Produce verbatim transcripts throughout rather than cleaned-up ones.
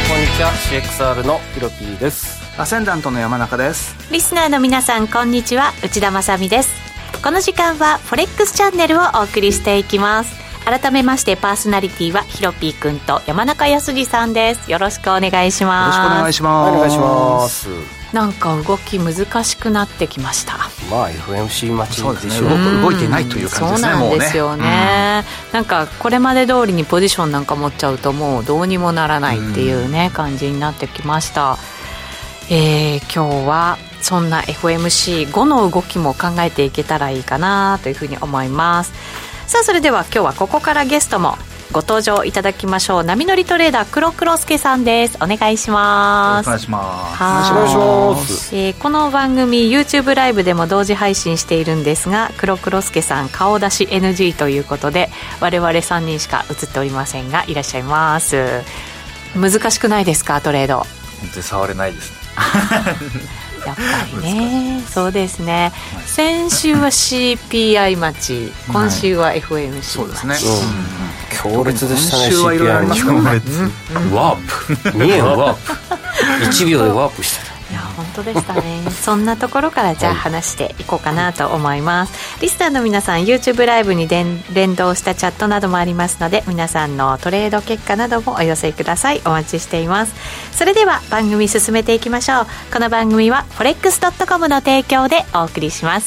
こんにちは。 シーエックスアール のヒロピーです。 アセンダントの山中です。 リスナーの皆さんこんにちは、内田まさみです。この時間はフォレックスチャンネルをお送りしていきます。改めましてパーソナリティはヒロピーくんと山中康二さんです。よろしくお願いします。 よろしくお願いします。 お願いします。 なんか動き難しくなってきました。 まあ エフエムシー 待ちでしょう。 う動いてないという感じですね。 そうなんですよね、うん、なんかこれまで通りにポジションなんか持っちゃうともうどうにもならないっていうね、うん、感じになってきました。えー、今日はそんな エフエムシーご の動きも考えていけたらいいかなというふうに思います。さあそれでは今日はここからゲストもご登場いただきましょう。波乗りトレーダー黒黒助さんです。お願いします。 お願いします。 はい、 お願いします。 えー、この番組 YouTube ライブでも同時配信しているんですが、黒黒助さん顔出し エヌジー ということで我々さんにんしか映っておりませんがいらっしゃいます。難しくないですかトレード。 本当に触れないですねやっぱりねそうですね、はい、先週は シーピーアイ 待ち、今週は エフエムシー 待ち、 そうですね、 うん、強烈でしたね。 今週はいろいろありますからね、 うん、ワープにえんワープいちびょうでワープした。 いや本当でしたねそんなところからじゃあ話していこうかなと思います、はい、リスナーの皆さん YouTube ライブに連動したチャットなどもありますので、皆さんのトレード結果などもお寄せください。お待ちしています。それでは番組進めていきましょう。この番組は フォレックスドットコム の提供でお送りします。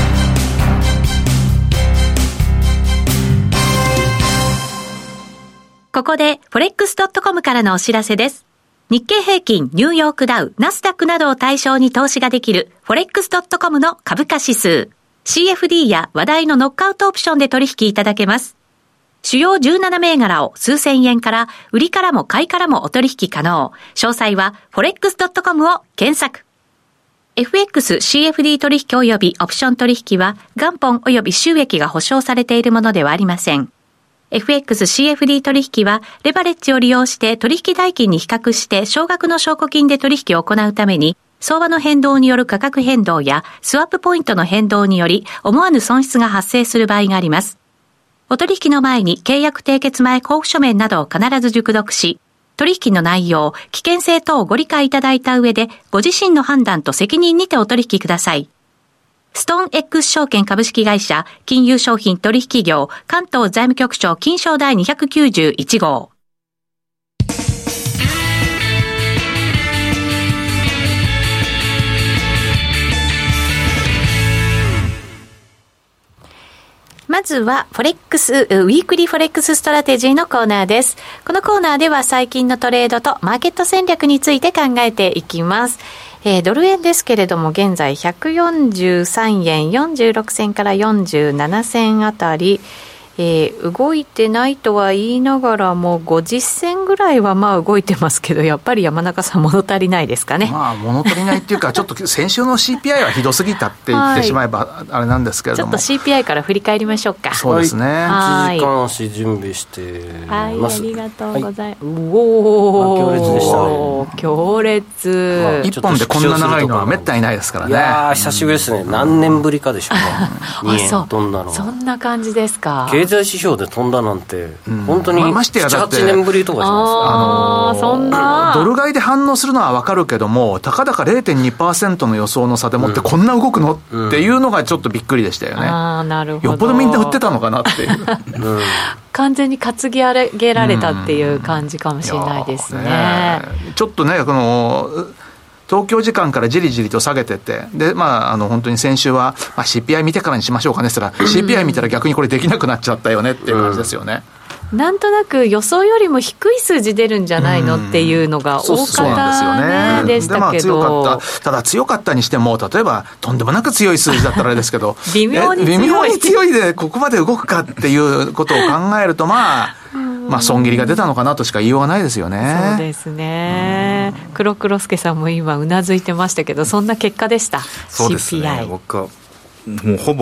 ここで フォレックスドットコム からのお知らせです。日経平均、ニューヨークダウ、ナスダックなどを対象に投資ができる フォレックスドットコム の株価指数。シーエフディー や話題のノックアウトオプションで取引いただけます。主要じゅうなな銘柄を数千円から、売りからも買いからもお取引可能。詳細は フォレックスドットコム を検索。エフエックスシーエフディー 取引及びオプション取引は元本及び収益が保証されているものではありません。エフエックスシーエフディー 取引はレバレッジを利用して取引代金に比較して少額の証拠金で取引を行うために、相場の変動による価格変動やスワップポイントの変動により思わぬ損失が発生する場合があります。お取引の前に契約締結前交付書面などを必ず熟読し、取引の内容、危険性等をご理解いただいた上でご自身の判断と責任にてお取引ください。ストーン X 証券株式会社金融商品取引業関東財務局長金商第にひゃくきゅうじゅういち号。まずはフォレックスウィークリーフォレックスストラテジーのコーナーです。このコーナーでは最近のトレードとマーケット戦略について考えていきます。えー、ドル円ですけれども現在ひゃくよんじゅうさんえんよんじゅうろく銭からよんじゅうなな銭あたり、えー、動いてないとは言いながらもごじゅっ銭ぐらいはまあ動いてますけど、やっぱり山中さん物足りないですかね。 まあ物足りないっていうかちょっと先週の シーピーアイ はひどすぎたって言ってしまえばあれなんですけれども、 ちょっと シーピーアイ から振り返りましょうか。 そうですね、 はい、 いちじかん足準備してます。 はい、ありがとうございます、はい、 おお強烈でしたね。 強烈、 まあ、 いっぽんでこんな長いのはめったにないですからね。 いや久しぶりですね、うん、何年ぶりかでしょうねにえん飛んだの。 そんな感じですか。 経済指標で飛んだなんて、うん、本当にましてやだってななはちねんぶりとかします。 あ、あのー、そんなドル買いで反応するのは分かるけども、たかだか れいてんにパーセント の予想の差でもってこんな動くの、うん、っていうのがちょっとびっくりでしたよね。 あ、なるほど。 よっぽどみんな売ってたのかなっていう、うん、 完全に担ぎ上げられたっていう感じかもしれないですね。うん、ねちょっとねこの東京時間からじりじりと下げてて、で、まあ、あの本当に先週は、まあ、シーピーアイ 見てからにしましょうかねって言ったら、シーピーアイ 見たら逆にこれできなくなっちゃったよねっていう感じですよね。 うん、なんとなく予想よりも低い数字出るんじゃないのっていうのが多かったでしたけど、で、まあ、強かった。ただ強かったにしても、例えばとんでもなく強い数字だったらあれですけど微妙に強い微妙に強いでここまで動くかっていうことを考えると、まあまあ、損切りが出たのかなとしか言いようがないですよね。 そうですね。黒黒助さんも今うなずいてましたけど、そんな結果でした。 そうですね、 シーピーアイ僕はもうほぼ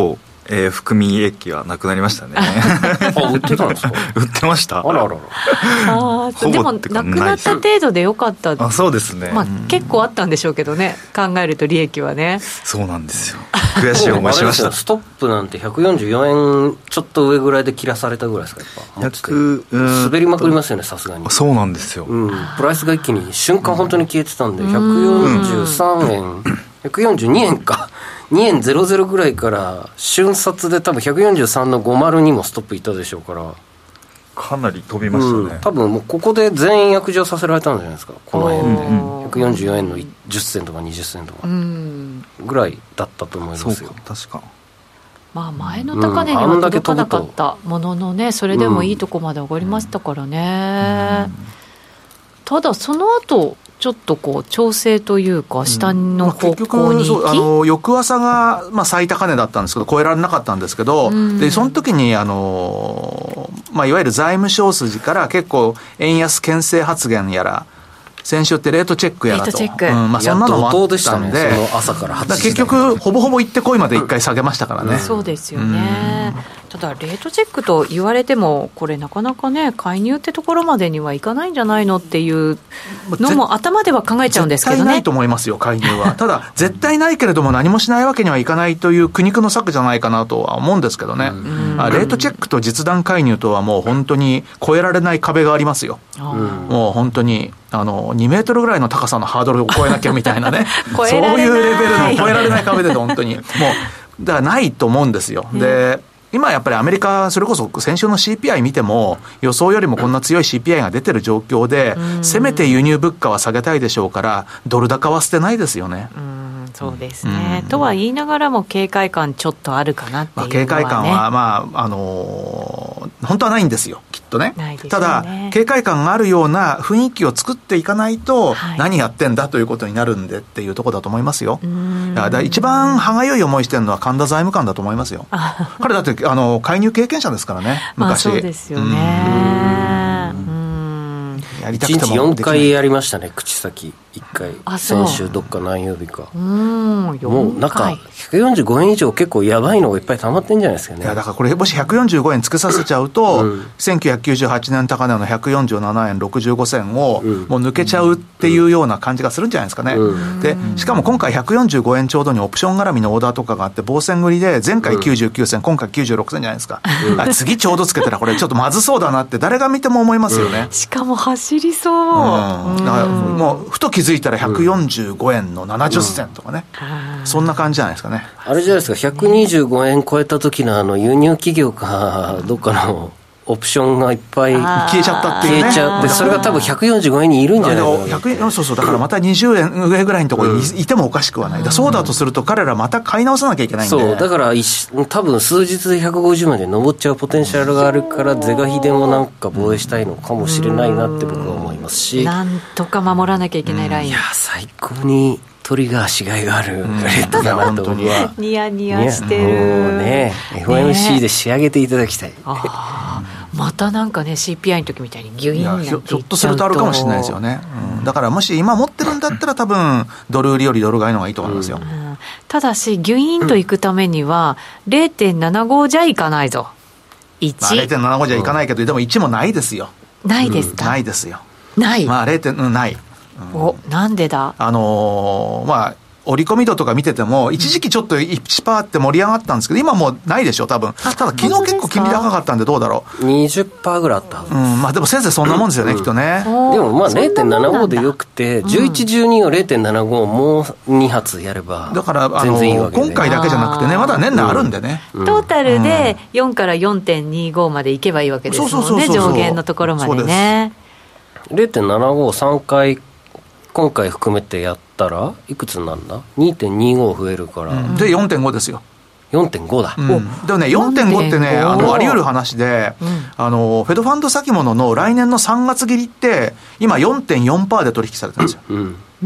えー、含み益はなくなりましたねあ、売ってたんですか売ってました。 あらあらあでもなくなった程度でよかった。 あ、そうですね、 まあ、結構あったんでしょうけどね、考えると利益はね。 そうなんですよ、悔しい思いしましたストップなんてひゃくよんじゅうよえんちょっと上ぐらいで切らされたぐらいですか。やっぱ滑りまくりますよね、さすがに。 そうなんですよ、 うん、プライスが一気に瞬間本当に消えてたんで、ひゃくよんじゅうさんえん、ひゃくよんじゅうにえんかにえんゼロゼロぐらいから瞬殺で多分ひゃくよんじゅうさんのごじゅうにもストップいったでしょうから、 かなり飛びましたね、 うん、多分もうここで全員約定させられたんじゃないですか、この辺でひゃくよんじゅうよえんのじゅっせんとかにじゅっせんとかぐらいだったと思いますよ。 そうか、確か。 まあ、前の高値には届かなかったもののね、それでもいいとこまで上がりましたからね、うん、ただその後ちょっとこう調整というか下の方向に行き、うんまあ、結局あの翌朝が、まあ、最高値だったんですけど超えられなかったんですけど、うん、でその時にあの、まあ、いわゆる財務省筋から結構円安牽制発言やら先週ってレートチェックやらと、うんまあ、そんなのもあったん で, で、ね、その朝からはちじだ結局ほぼほぼ行ってこいまで一回下げましたからね、うん、 そうですよね。ただレートチェックと言われてもこれなかなかね介入ってところまでにはいかないんじゃないのっていうのも頭では考えちゃうんですけどね。 絶対ないと思いますよ介入はただ絶対ないけれども何もしないわけにはいかないという苦肉の策じゃないかなとは思うんですけどね、うん、あレートチェックと実弾介入とはもう本当に越えられない壁がありますよ、うん、もう本当にあのにメートルぐらいの高さのハードルを越えなきゃみたいなねそういうレベルの越えられない壁で本当にもうだからないと思うんですよ。で今やっぱりアメリカそれこそ先週の シーピーアイ 見ても予想よりもこんな強い シーピーアイ が出てる状況でせめて輸入物価は下げたいでしょうからドル高は捨てないですよね。 うんそうですね、うん、とは言いながらも警戒感ちょっとあるかなっていうのは、ねまあ、警戒感は、まああのー、本当はないんですよきっと ね, ないでしょうね。 ただ警戒感があるような雰囲気を作っていかないと、はい、何やってんだということになるんでっていうところだと思いますよ。うんだから一番歯がゆい思いしてるのは神田財務官だと思いますよ彼だってあの介入経験者ですからね昔、まあ、 そうですよね。 やりたくてもいちにちよんかいやりましたね口先いっかい先週どっか何曜日かうんもうなんかひゃくよんじゅうごえん以上結構やばいのがいっぱい溜まってんじゃないですかね。 いやだからこれもしひゃくよんじゅうごえんつけさせちゃうと、うん、せんきゅうひゃくきゅうじゅうはちねん高値のひゃくよんじゅうななえんろくじゅうごせんをもう抜けちゃうっていうような感じがするんじゃないですかね、うん、でしかも今回ひゃくよんじゅうごえんちょうどにオプション絡みのオーダーとかがあって棒線繰りで前回きゅうじゅうきゅうせん、うん、今回きゅうじゅうろくせんじゃないですか、うん、あ次ちょうどつけたらこれちょっとまずそうだなって誰が見ても思いますよね、 うん、しかも走りそう、 うん、だからもうふと気づいたらひゃくよんじゅうごえんのななじゅっせんとかね、うん、そんな感じじゃないですかね。 あれじゃないですかひゃくにじゅうごえん超えた時のあの輸入企業かどっかのオプションがいっぱい消えちゃったっていうね。 消えちゃってそれが多分ひゃくよんじゅうごえんにいるんじゃないかな。 ひゃくえんそうそうだからまたにじゅうえん上ぐらいのところにいてもおかしくはない。だそうだとすると彼らまた買い直さなきゃいけないんで。 そうだから多分数日でひゃくごじゅうまで上っちゃうポテンシャルがあるから是が非でもなんか防衛したいのかもしれないなって僕は思いますし、 なんとか守らなきゃいけないライン、 いや最高にトリガーしがいがあるレートだなと僕はニヤニヤしてる。 もうね エフオーエムシー で仕上げていただきたい、ね、 あまたなんかね シーピーアイ の時みたいにギュインなんてひょっとするとあるかもしれないですよね、うん、だからもし今持ってるんだったら多分ドル売りよりドル買いの方がいいと思いますよ、うんうん、ただしギュインといくためには ゼロてんななご じゃいかないぞいち、 まあ、ゼロてんななご じゃいかないけど、うん、でもいちもないですよ。 ないですか、 うん、ないですよ。 ないまあゼロてん、うん、ない、 うん、おなんでだあのー、まあ折り込み度とか見てても一時期ちょっと いちパーセント って盛り上がったんですけど今もうないでしょ多分。ただ昨日結構金利高かったんでどうだろう にじゅっパーセント ぐらいあったはずです、うん、 まあでもせいぜいそんなもんですよね、うん、きっとね。 でもまあ ゼロてんななご でよくて、うん、じゅういち、じゅうにを ゼロてんななご をもうに発やればだからあの今回だけじゃなくてねまだ年内あるんでね、 うん、トータルでよんから よんてんにご までいけばいいわけですもんね上限のところまでね。 ゼロてんななご をさんかい今回含めてやったらいくつになるんだ にてんにご 増えるから、うん、 で よんてんご ですよ。 よんてんご だ、 うん、でもね よんてんご ってねあのあり得る話で、うん、あのフェドファンド先物の来年のさんがつ切りって今 よんてんよんパーセント で取引されてるんですよ、うんうん、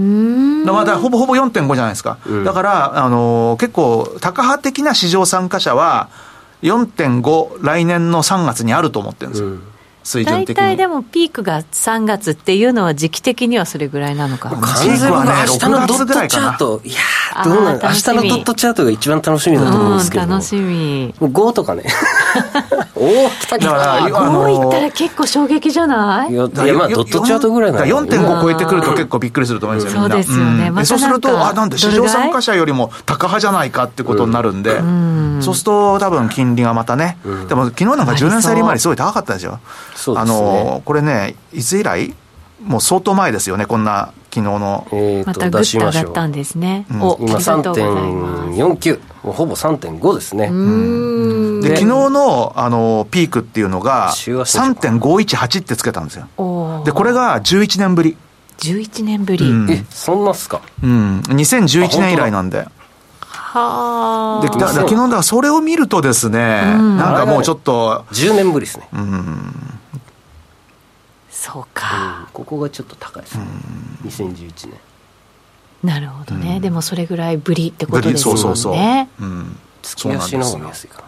まだほぼほぼ よんてんご じゃないですか、うん、だからあの結構タカ派的な市場参加者は よんてんご 来年のさんがつにあると思ってるんですよ、うん水準的に。 大体でもピークがさんがつっていうのは時期的にはそれぐらいなのか。 完全に明日のドットチャートいやどうなん明日のドットチャートが一番楽しみだと思うんですけど、 うん、楽しみ。 ごとかねおお来た来た。 ごいったら結構衝撃じゃない？ いや、いやまあドットチャートぐらいならよんてんご 超えてくると結構びっくりすると思いますよ、みんな。 そうですよね、 うんまたなんかそうするとあなんで市場参加者よりも高派じゃないかってことになるんで、うん、そうすると多分金利がまたね、うん、でも昨日なんかじゅうねん債利回りすごい高かったでしょ。 そうですね、 あのこれねいつ以来もう相当前ですよね、こんな昨日の、 えー、とまたグッと上がったんですね、 うん、今 さんてんよんきゅう もうほぼ さんてんご ですね。 うんで昨日の、あのピークっていうのが さんてんごいちはち ってつけたんですよ。でこれがじゅういちねんぶり。 じゅういちねんぶり、 うん、えそんなっすか。 うんにせんじゅういちねん以来なんで。 はでだだ昨日だからそれを見るとですね、うん、なんかもうちょっとじゅうねんぶりですね。 うんそうか、 うん、ここがちょっと高いですね、うん、にせんじゅういちねん。なるほどね、うん、でもそれぐらいぶりってことですよね。 そうそうそう、うん、 月足の方が見やすいかな。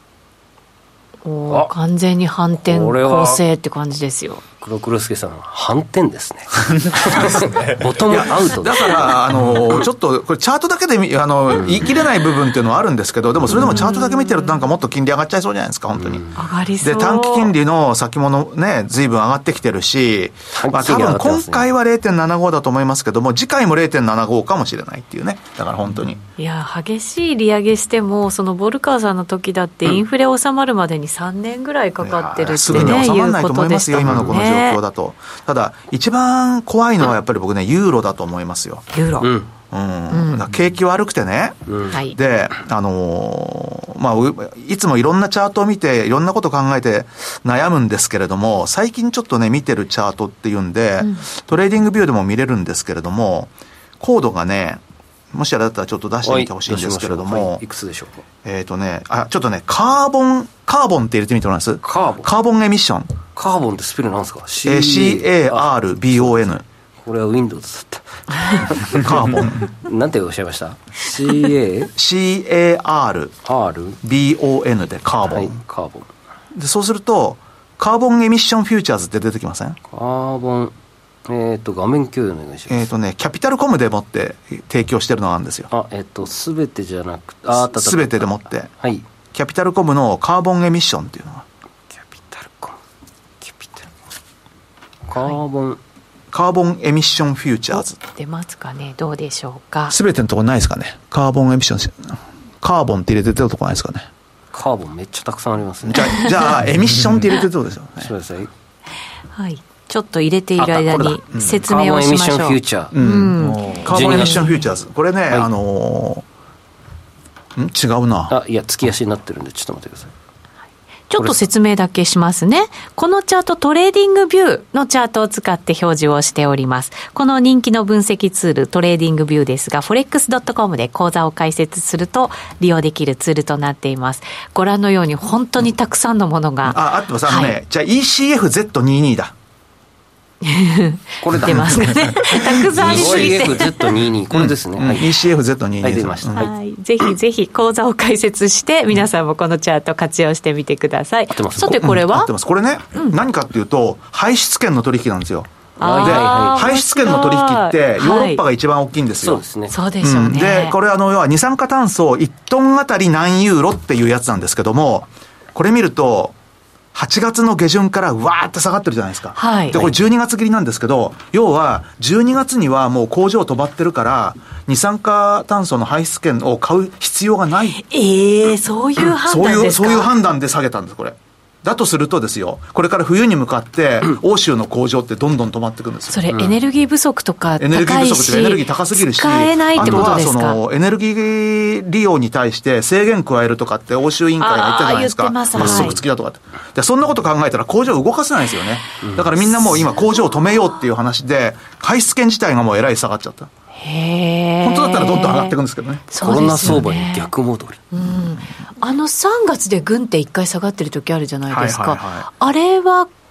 お完全に反転構成って感じですよ。 黒黒助さん反転ですねボトムアウトだからあのちょっとこれチャートだけであの言い切れない部分っていうのはあるんですけど、でもそれでもチャートだけ見てるとなんかもっと金利上がっちゃいそうじゃないですか本当に。 上がりそうで短期金利の先物ね随分上がってきてるし、まあ、多分今回は れいてんななご だと思いますけども次回も れいてんななご かもしれないっていうね。だから本当にいや激しい利上げしてもそのボルカーさんの時だってインフレ収まるまでにさんねんぐらいかかってるってね、 すぐに収まらないと思いますよ、今のこの状況だと。ただ一番怖いのはやっぱり僕ねユーロだと思いますよ。 ユーロ、うんうんうん、だ景気悪くてね、うん、で、あのーまあ、いつもいろんなチャートを見ていろんなこと考えて悩むんですけれども、最近ちょっとね見てるチャートっていうんで、うん、トレーディングビューでも見れるんですけれども、コードがねもしあれだったらちょっと出してみてほしいんですけれども、 はい、いくつでしょうか。 えっ、ー、とねあちょっとねカーボンカーボンって入れてみてもらえます。 カーボンカーボンエミッション。 カーボンってスペルなんですか。 シーエーアールビーオーエヌ。 これは Windows だったカーボンなんておっしゃいました。 シーエーシーエーアール ビーオーエヌ でカーボン、はい、カーボンでそうするとカーボンエミッションフューチャーズって出てきません？ カーボンえっ、ー、と画面共有お願いします。 えっ、ー、とねキャピタルコムでもって提供してるのがあるんですよ。 あえっ、ー、とすべてじゃなくてあたすべてでもって、 はい、 キャピタルコムのカーボンエミッションっていうのがキャピタルコムキャピタルコムカーボン、はい、 カーボンエミッションフューチャーズ出ますかね。どうでしょうか。 すべてのところないですかね。カーボンエミッションカーボンって入れてるところないですかね。 カーボンめっちゃたくさんありますね。 じゃあ、じゃあエミッションって入れてるところですよね。 そうですね。 はいちょっと入れている間に説明をしましょう。 カーボンエミッションフューチャー、 うんうん、カーボンエミッションフューチャーズこれね、はい、あのー、ん違うなあいや月足になってるんでちょっと待ってください。 ちょっと説明だけしますね。このチャートトレーディングビューのチャートを使って表示をしております。この人気の分析ツールトレーディングビューですが フォレックスドットコム で口座を開設すると利用できるツールとなっています。ご覧のように本当にたくさんのものが、うん、 ああってます。あのね、はい、じゃあ イーシーエフゼットにじゅうに だこれだ出ますかねたくさんありすぎて イーシーエフゼットにじゅうに これですね、 うんはい、イーシーエフゼットにじゅうにはい出ました、 うんはい、ぜひぜひ口座を開設して皆さんもこのチャート活用してみてください。さてこれは、 うん、合ってます。これね、うん、何かっていうと排出権の取引なんですよ。で排出権の取引ってヨーロッパが一番大きいんですよ、 はい、そうですね。 そうでしょうね、うん、 でこれあの要は二酸化炭素いちトンあたり何ユーロっていうやつなんですけども、これ見るとはちがつの下旬からわーって下がってるじゃないですか、はい、でこれじゅうにがつ切りなんですけど、要はじゅうにがつにはもう工場止まってるから二酸化炭素の排出権を買う必要がない。 えー、そういう判断ですか。 そういう、そういう判断で下げたんですこれ。だとするとですよ、これから冬に向かって欧州の工場ってどんどん止まっていくんですよ。 それエネルギー不足とか高いし、エネルギー不足とかエネルギー高すぎるし、使えないってことですか。あとはそのエネルギー利用に対して制限加えるとかって欧州委員会が言ったじゃないですか。罰則付きだとかって、でそんなこと考えたら工場動かせないですよね、うん、だからみんなもう今工場を止めようっていう話で排出権自体がもうえらい下がっちゃった。 へー、 本当だったらどんどん上がっていくんですけどね。 そうですよね、 コロナ相場に逆戻り、 うん、あのさんがつでグンっていっかい下がってる時あるじゃないですか、 はいはいはい、 あれは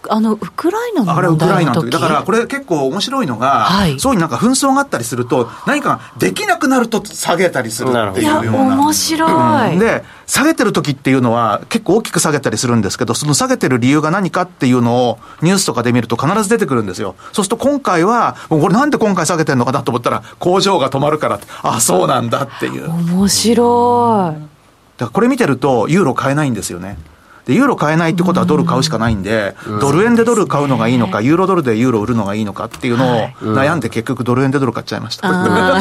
あのウクライナの問題の時、 あれウクライナの時だからこれ結構面白いのが、はい、そういうなんか紛争があったりすると何かできなくなると下げたりするっていうような。いや面白い、 うん、で下げてる時っていうのは結構大きく下げたりするんですけど、その下げてる理由が何かっていうのをニュースとかで見ると必ず出てくるんですよ。そうすると今回はこれなんで今回下げてるのかなと思ったら工場が止まるからって、あそうなんだっていう。 面白い。 だからこれ見てるとユーロ買えないんですよね。でユーロ買えないってことはドル買うしかないんで、うん、ドル円でドル買うのがいいのか、ユーロドルでユーロ売るのがいいのかっていうのを悩んで結局ドル円でドル買っちゃいました、 はい、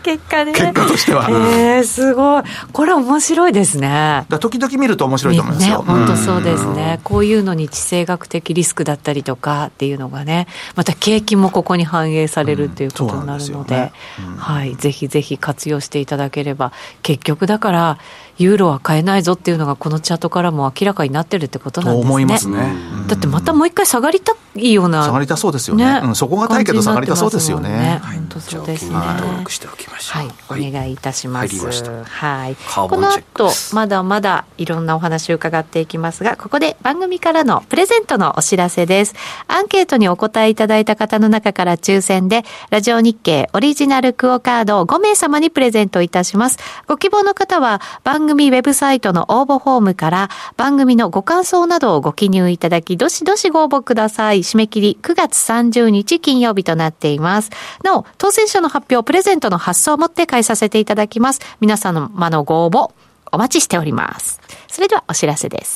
結果ね、 結果としては、 えー、すごい。これ面白いですね。 だ時々見ると面白いと思いますよ、 ね、本当そうですね、うん、こういうのに地政学的リスクだったりとかっていうのがね、また景気もここに反映されるっていうことになるので、うんでねうんはい、ぜひぜひ活用していただければ。結局だからユーロは買えないぞっていうのがこのチャートからも明らかになってるってことなんですね。 思いますね。 だってまたもう一回下がりたいような、 下がりたそうですよね、ねうん、そこがたいけど下がりたそうですよね。 本当そうですね。 登録しておきましょう。 はい、お願いいたします。 入りました。 はい、 カーボンチェックです。 この後まだまだいろんなお話を伺っていきますが、ここで番組からのプレゼントのお知らせです。アンケートにお答えいただいた方の中から抽選でラジオ日経オリジナルクオカードをごめいさまにプレゼントいたします。ご希望の方は番組ウェブサイトの応募フォームから番組のご感想などをご記入いただき、どしどしご応募ください。締め切りくがつさんじゅうにち金曜日となっています。なお当選者の発表、プレゼントの発送をもって返させていただきます。皆様のご応募お待ちしております。それではお知らせです。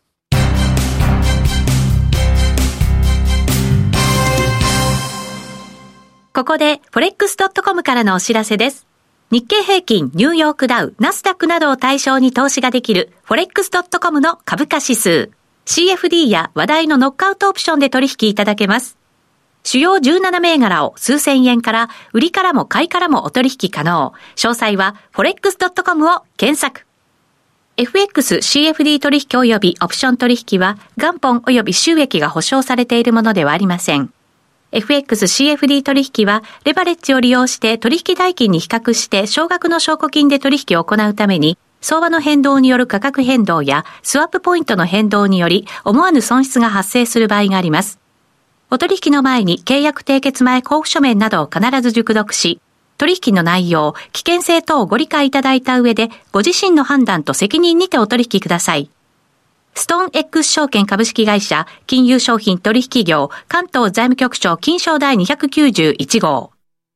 ここで フォレックスドットコム からのお知らせです。日経平均、ニューヨークダウ、ナスダックなどを対象に投資ができる フォレックスドットコム の株価指数。シーエフディー や話題のノックアウトオプションで取引いただけます。主要じゅうなな銘柄を数千円から、売りからも買いからもお取引可能。詳細は フォレックスドットコム を検索。エフエックスシーエフディー 取引及びオプション取引は、元本及び収益が保証されているものではありません。エフエックスシーエフディー 取引は、レバレッジを利用して取引代金に比較して少額の証拠金で取引を行うために、相場の変動による価格変動やスワップポイントの変動により思わぬ損失が発生する場合があります。お取引の前に契約締結前交付書面などを必ず熟読し、取引の内容、危険性等をご理解いただいた上で、ご自身の判断と責任にてお取引ください。ストーン X 証券株式会社、金融商品取引業、関東財務局長金商第にひゃくきゅうじゅういち号。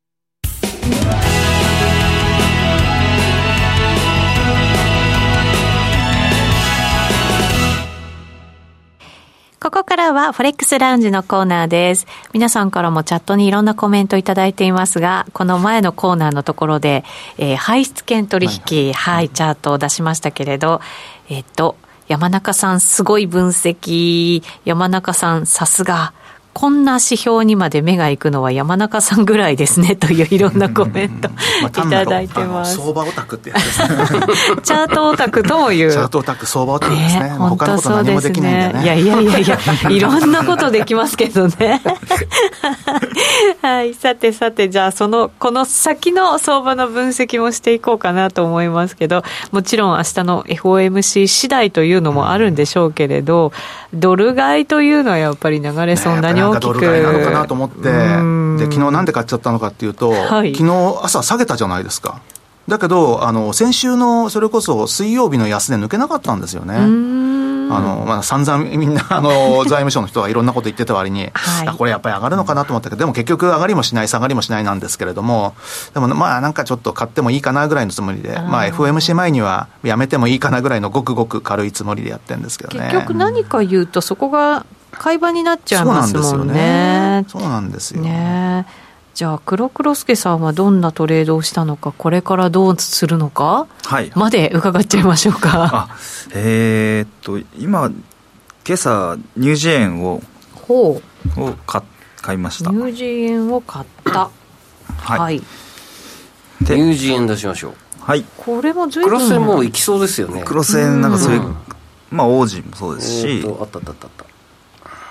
ここからはフォレックスラウンジのコーナーです。皆さんからもチャットにいろんなコメントいただいていますが、この前のコーナーのところで、えー、排出権取引、はい、はい、チャートを出しましたけれど、えっと、山中さんすごい分析、山中さんさすが、こんな指標にまで目が行くのは山中さんぐらいですねといういろんなコメントいただいてます。 相場オタクってやつですね。 チャートオタクともいう。 チャートオタク、相場オタクですね。ね、他のこと何もできないんだよね。 いやいやいやいや、いろんなことできますけどね。はい、さてさて、じゃあそのこの先の相場の分析もしていこうかなと思いますけど、もちろん明日の エフオーエムシー 次第というのもあるんでしょうけれど、ドル買いというのはやっぱり流れそんなに大きく、 ドル買いなのかなと思って、で昨日なんで買っちゃったのかっていうと、はい、昨日朝下げたじゃないですか。だけどあの先週のそれこそ水曜日の安値抜けなかったんですよね。あの、まあ、散々みんなあの財務省の人がいろんなこと言ってた割に、はい、あこれやっぱり上がるのかなと思ったけど、でも結局上がりもしない下がりもしないなんですけれども、でもまあなんかちょっと買ってもいいかなぐらいのつもりで、まあ、エフオーエムシー 前にはやめてもいいかなぐらいのごくごく軽いつもりでやってるんですけどね。 結局何か言うとそこが買い場になっちゃいますもんね。 そうなんですよね。 そうなんですよね。じゃあ黒黒助さんはどんなトレードをしたのか、これからどうするのか、はい、まで伺っちゃいましょうか。 あえー、っと今今朝ニュージー円をほうを 買, 買いました。 ニュージー円を買った。はい、はい、 でニュージー円出しましょう。 はい、 これも随分クロス円もう行きそうですよね。 クロス円なんかそれ、うん、まあオージーもそうですし、えー、とあったあったあったあった。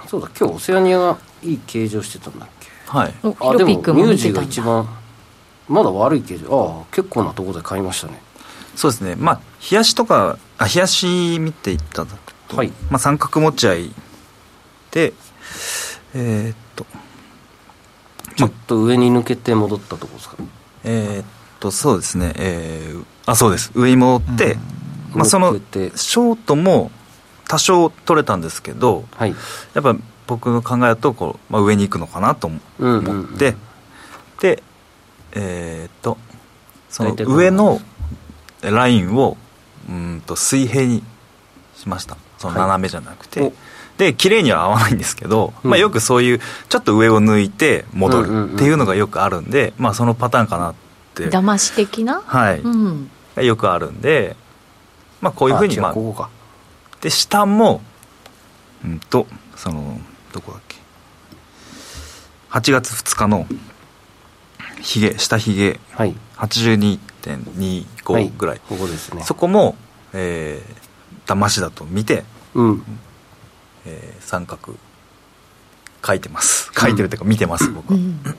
そうだ、今日オセアニアがいい形状してたんだっけ。 はい、 あでもニュージーが一番まだ悪い形状。ああ結構なところで買いましたね。 そうですね。まあ冷やしとかあ冷やし見ていったと、 はい、 まあ、三角持ち合いでえー、っとちょっと上に抜けて戻ったところですか。 えー、っとそうですね、えー、あそうです上に戻って、うん、まあ、そのショートも多少取れたんですけど、はい、やっぱ僕の考えだとこう、まあ、上に行くのかなと思って、うんうんうん、でえー、っとその上のラインをうんと水平にしました。その斜めじゃなくて、はい、で綺麗には合わないんですけど、うん、まあ、よくそういうちょっと上を抜いて戻るっていうのがよくあるんで、まあ、そのパターンかなって騙し的な、 はい、うん、よくあるんで、まあ、こういうふうに、まあ、 ここかで下もうんとそのどこだっけはちがつふつかのひげ下ひげ、はい、はちじゅうにてんにご ぐらい、はい、 ここですね。 そこも、えー、騙しだと見て、うん、えー、三角書いてます書いてるというか見てます、うん、僕は、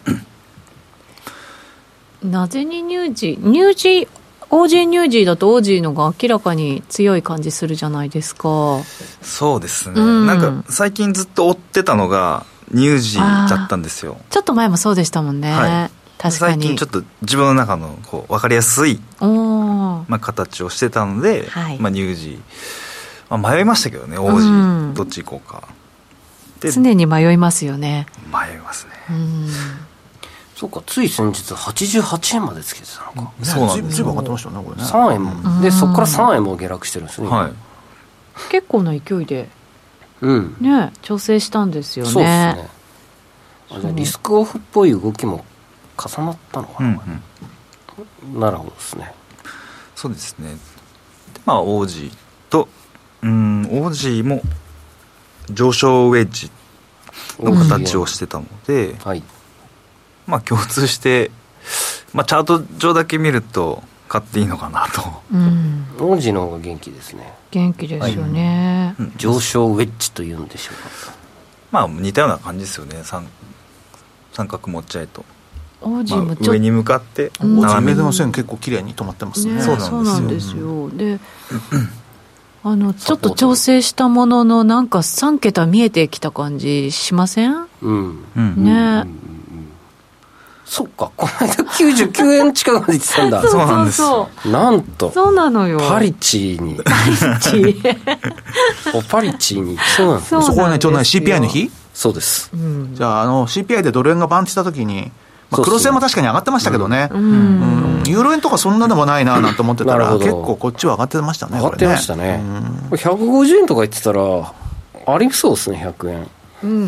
うん、なぜにニュージーニュージーオージー ニュージーだとオージーのが明らかに強い感じするじゃないですか。 そうですね、うん、なんか最近ずっと追ってたのがニュージーだったんですよ。 ちょっと前もそうでしたもんね、はい、確かに最近ちょっと自分の中のこう分かりやすい、まあ、形をしてたので、はい、まあ、ニュージー、まあ、迷いましたけどね、オージー、うん、どっち行こうかで常に迷いますよね。 迷いますね、うん、 そうか、つい先日はちじゅうはちえんまでつけてたのか、 うん、そうなんですよ。ずいぶん上がってましたねこれね。 さんえんも、うん、でそこからさんえんも下落してるんですね、 はい、 結構な勢いで、うんね、調整したんですよね。 そうですね。あ、じゃあリスクオフっぽい動きも重なったのかな、うんうん、なるほどですね。 そうですね。で、まあ、オージーとうん オージーも上昇ウェッジの形をしてたので、はい、まあ、共通して、まあ、チャート上だけ見ると買っていいのかなと、 うん、オージーの方が元気ですね。 元気ですよね、 はい、上昇ウェッジというんでしょうか。 まあ似たような感じですよね。 三, 三角持っちゃえとオージーもちょっと、 まあ、上に向かって斜めでの線結構綺麗に止まってますね。 ね、そうなんですよ。であのちょっと調整したもののなんかさん桁見えてきた感じしません？うん、ね、うんうんうん、 そっか、この間きゅうじゅうきゅうえん近くまでいってたんだ。 そうそうそう、 なんとそうなのよ、 パリチーにパリチーおパリチーにそうなんです。 そこはねちょうど シーピーアイ の日。 そうです、うん、 じゃあ、あの シーピーアイ でドル円がバンってした時に、まあ、クロス円も確かに上がってましたけどね、うんうんうん、ユーロ円とかそんなでもないななんて思ってたら結構こっちは上がってましたね。 上がってましたね、うん、ひゃくごじゅうえんとか言ってたらありそうですね。ひゃくえん、 うん、うん、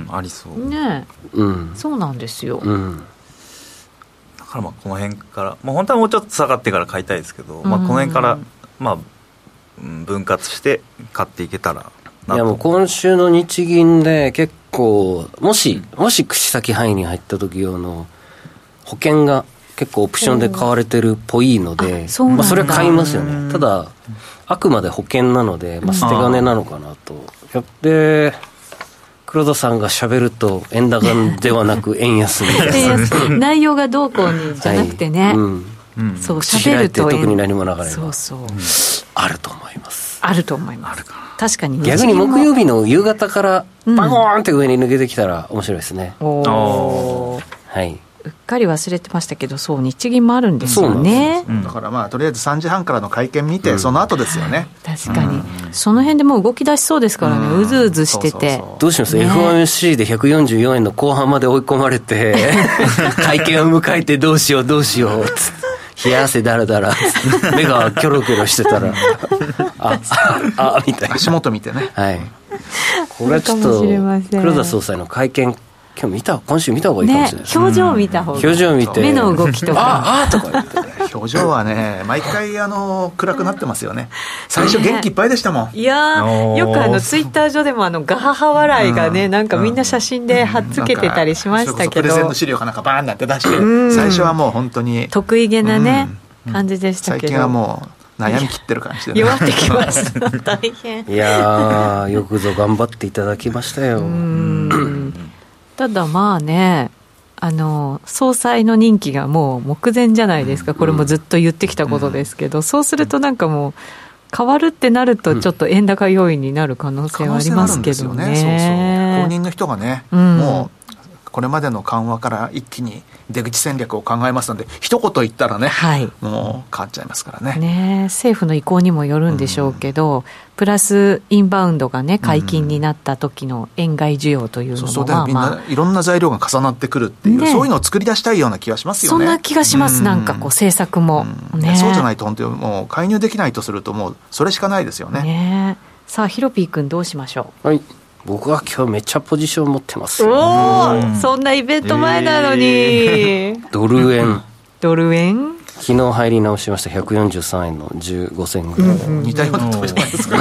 ありそうね、うん、そうなんですよ、うん、 だからまあこの辺から、まあ、本当はもうちょっと下がってから買いたいですけど、うん、まあ、この辺から、まあ、分割して買っていけたらなと。 いやもう今週の日銀で結構もしもし串先範囲に入った時用の保険が結構オプションで買われてるっぽいので、そ, まあ、それは買いますよね。ただあくまで保険なので、まあ、捨て金なのかなと。で黒田さんが喋ると円高ではなく円安みたいな内容がどうこうにじゃなくてね、はい、うんうん、そう喋ると特に何も流ればそうそう、うん、 あると思います。 あると思います。あるか確かに逆に木曜日の夕方からバゴーンって上に抜けてきたら面白いですね、うん、おはい、 うっかり忘れてましたけど、そう日銀もあるんですよね、 うん、だからまあとりあえずさんじはんからの会見見て、うん、その後ですよね。 確かに、うん、その辺でもう動き出しそうですからね、うん、うずうずしてて、そうそうそう、 どうします、ね、エフオーエムシー でひゃくよんじゅうよんえんの後半まで追い込まれて会見を迎えてどうしようどうしよう冷や汗だらだら目がキョロキョロしてたらあああみたいな足元見てね、 はい、これはちょっと黒田総裁の会見今日見た今週見た方がいいかもしれないです、ね、 表情を見た方が、 表情を見て目の動きとかああとか言って、ね、 表情はね毎回あの暗くなってますよね。最初元気いっぱいでしたもん、 ね、いやよくあのツイッター上でもあのガハハ笑いがね、うん、なんかみんな写真で貼っつけてたりしましたけど、 プレゼント資料かなんかバーンなんて出して、うん、最初はもう本当に得意げなね、うん、感じでしたけど、 最近はもう悩み切ってる感じで、ね、 弱ってきました大変いやよくぞ頑張っていただきましたよ。うんただまあね、あの総裁の任期がもう目前じゃないですか。これもずっと言ってきたことですけど、うん、そうするとなんかもう変わるってなるとちょっと円高要因になる可能性はありますけどね、 可能性あるんですよね。そうそう、後任の人がね、うん、もうこれまでの緩和から一気に出口戦略を考えますので、一言言ったらね、はい、もう変わっちゃいますからね。 ね、政府の意向にもよるんでしょうけど、うん、プラスインバウンドがね解禁になった時の円買い需要というのも、うん、そうそう、まあまあ、 みんないろんな材料が重なってくるっていう、ね、そういうのを作り出したいような気がしますよね。 そんな気がします、うん、なんかこう政策も、 うんね、そうじゃないと本当にもう介入できないとするともうそれしかないですよね。 ね、さあヒロピー君どうしましょう。 はい、僕は今日めっちゃポジション持ってますよ。 おー、そんなイベント前なのに、えー、ドル円ドル円昨日入り直しました。ひゃくよんじゅうさんえんのじゅうごせんぐらい、うんうん、 似たようなとこじゃないですか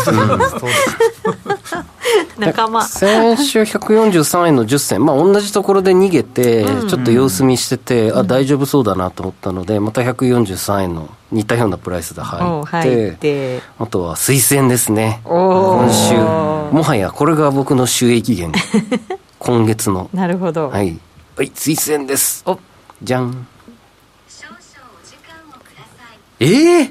仲間先週ひゃくよんじゅうさんえんのじゅっせん、まあ、同じところで逃げて、うん、ちょっと様子見してて、うん、あ大丈夫そうだなと思ったのでまたひゃくよんじゅうさんえんの似たようなプライスで入って、入ってあとは推薦ですね。今週もはやこれが僕の収益源今月のなるほど、 はい、はい、推薦です。おじゃん。えー、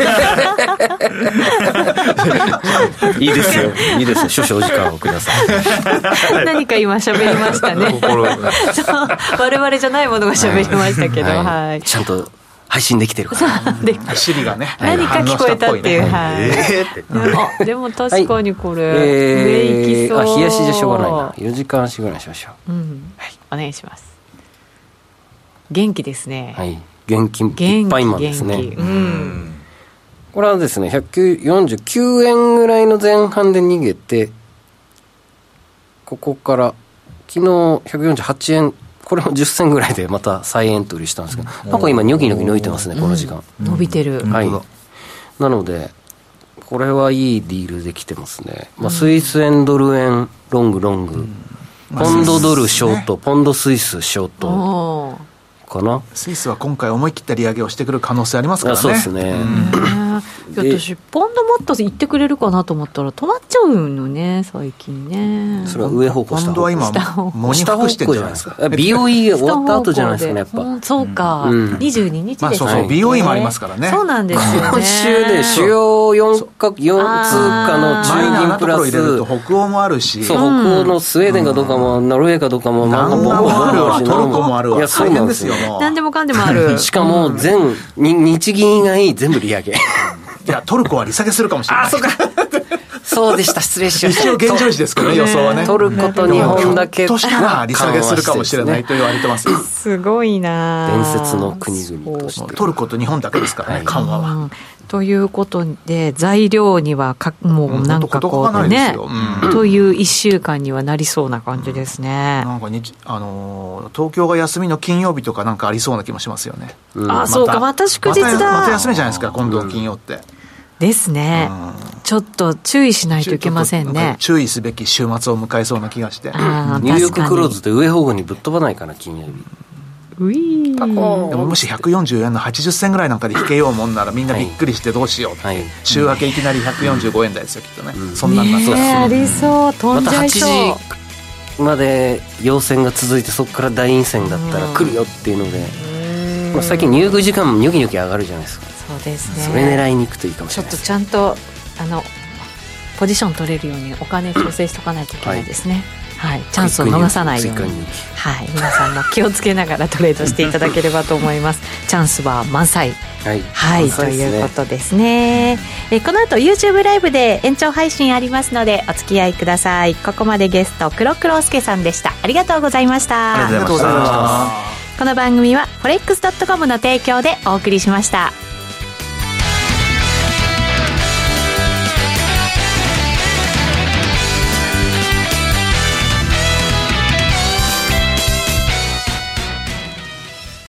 いいですよいいですよ、少々お時間をください何か今喋りましたね我々じゃないものが喋りましたけど、はいはい、 ちゃんと配信できてるからでシリがね何か聞こえたっていう、はい、えー、あでも確かにこれ、はい、上行きそう。 あ冷やしじゃしょうがないな。よじかん足ぐらいにしましょう、うんはい、お願いします。元気ですね。 はい、元気いっぱいマンですね。うん、これはですねひゃくよんじゅうきゅうえんぐらいの前半で逃げて、ここから昨日ひゃくよんじゅうはちえん、これもじゅっせんぐらいでまた再エントリーしたんですけど、なんか今ニョキニョキ伸びてますね、この時間、 うん、伸びてる、 はい、なのでこれはいいディールできてますね、まあ、スイス円ドル円ロングロング、うん、ポンドドルショート、ポンドスイスショートかな。 スイスは今回思い切った利上げをしてくる可能性ありますからね。 そうですね、うん私ポンドもっと行ってくれるかなと思ったら止まっちゃうのね最近ね。 それは上方向下方向。 ポンドは今もに服してるじゃないですか。 ビーオーイー が終わった後じゃないですかねやっぱ、 うん、そうか、うん、にじゅうににちですね、まあ、 そうそう ビーオーイー もありますからね。 そうなんですよね。 今週で主要よんかよん通貨の中銀プラスマイナーなところ入れると北欧もあるし、 そう北欧のスウェーデンかどうかも、うん、ノルウェーかどうかも、 南欧もあるわ、トルコもあるわ。いや大変ですよ。もう何でもかんでもあるしかも全、日銀以外全部利上げいやトルコは利下げするかもしれない。あそうかそうでした、失礼しました。 一応現状維持ですけどね、予想はね。 トルコと日本だけとしたら利下げするかもしれないと言われてます。 すごいな。 伝説の国々としてトルコと日本だけですからね、はい、緩和は、うん、 ということで材料にはかもうなんかこうね、うん、といういっしゅうかんにはなりそうな感じですね、 うん、なんかにあの東京が休みの金曜日とかなんかありそうな気もしますよね、 うん、あ、ま、そうか、また祝日だ、また、 また休みじゃないですか今度金曜って、うんですね、うん、ちょっと注意しないといけませんね。 注意すべき週末を迎えそうな気がして、 あニューヨーククローズで上方向にぶっ飛ばないかな金曜日、 ういでももしひゃくよんじゅうえんのはちじゅっせんぐらいなんかで引けようもんならみんなびっくりしてどうしようって、はいはい、週明けいきなりひゃくよんじゅうごえん台ですよきっとね、うん、そんなんなそうです、 ね、ありそう、飛んじゃいそう、 またはちじまで陽線が続いてそこから大陰線だったら来るよっていうので、うん、まあ、最近入具時間もニョキニョキ上がるじゃないですか。 そうですね、 それ狙いに行くといいかもしれないです。 ちょっとちゃんとあのポジション取れるようにお金調整しとかないといけないですね、はいはい、チャンスを逃さないように、はい、皆さんも気をつけながらトレードしていただければと思いますチャンスは満載、はい、はい、ということですね。えこの後 YouTube ライブで延長配信ありますのでお付き合いください。ここまでゲスト黒黒助さんでした。ありがとうございました。 ありがとうございました。 この番組は フォレックスドットコム の提供でお送りしました。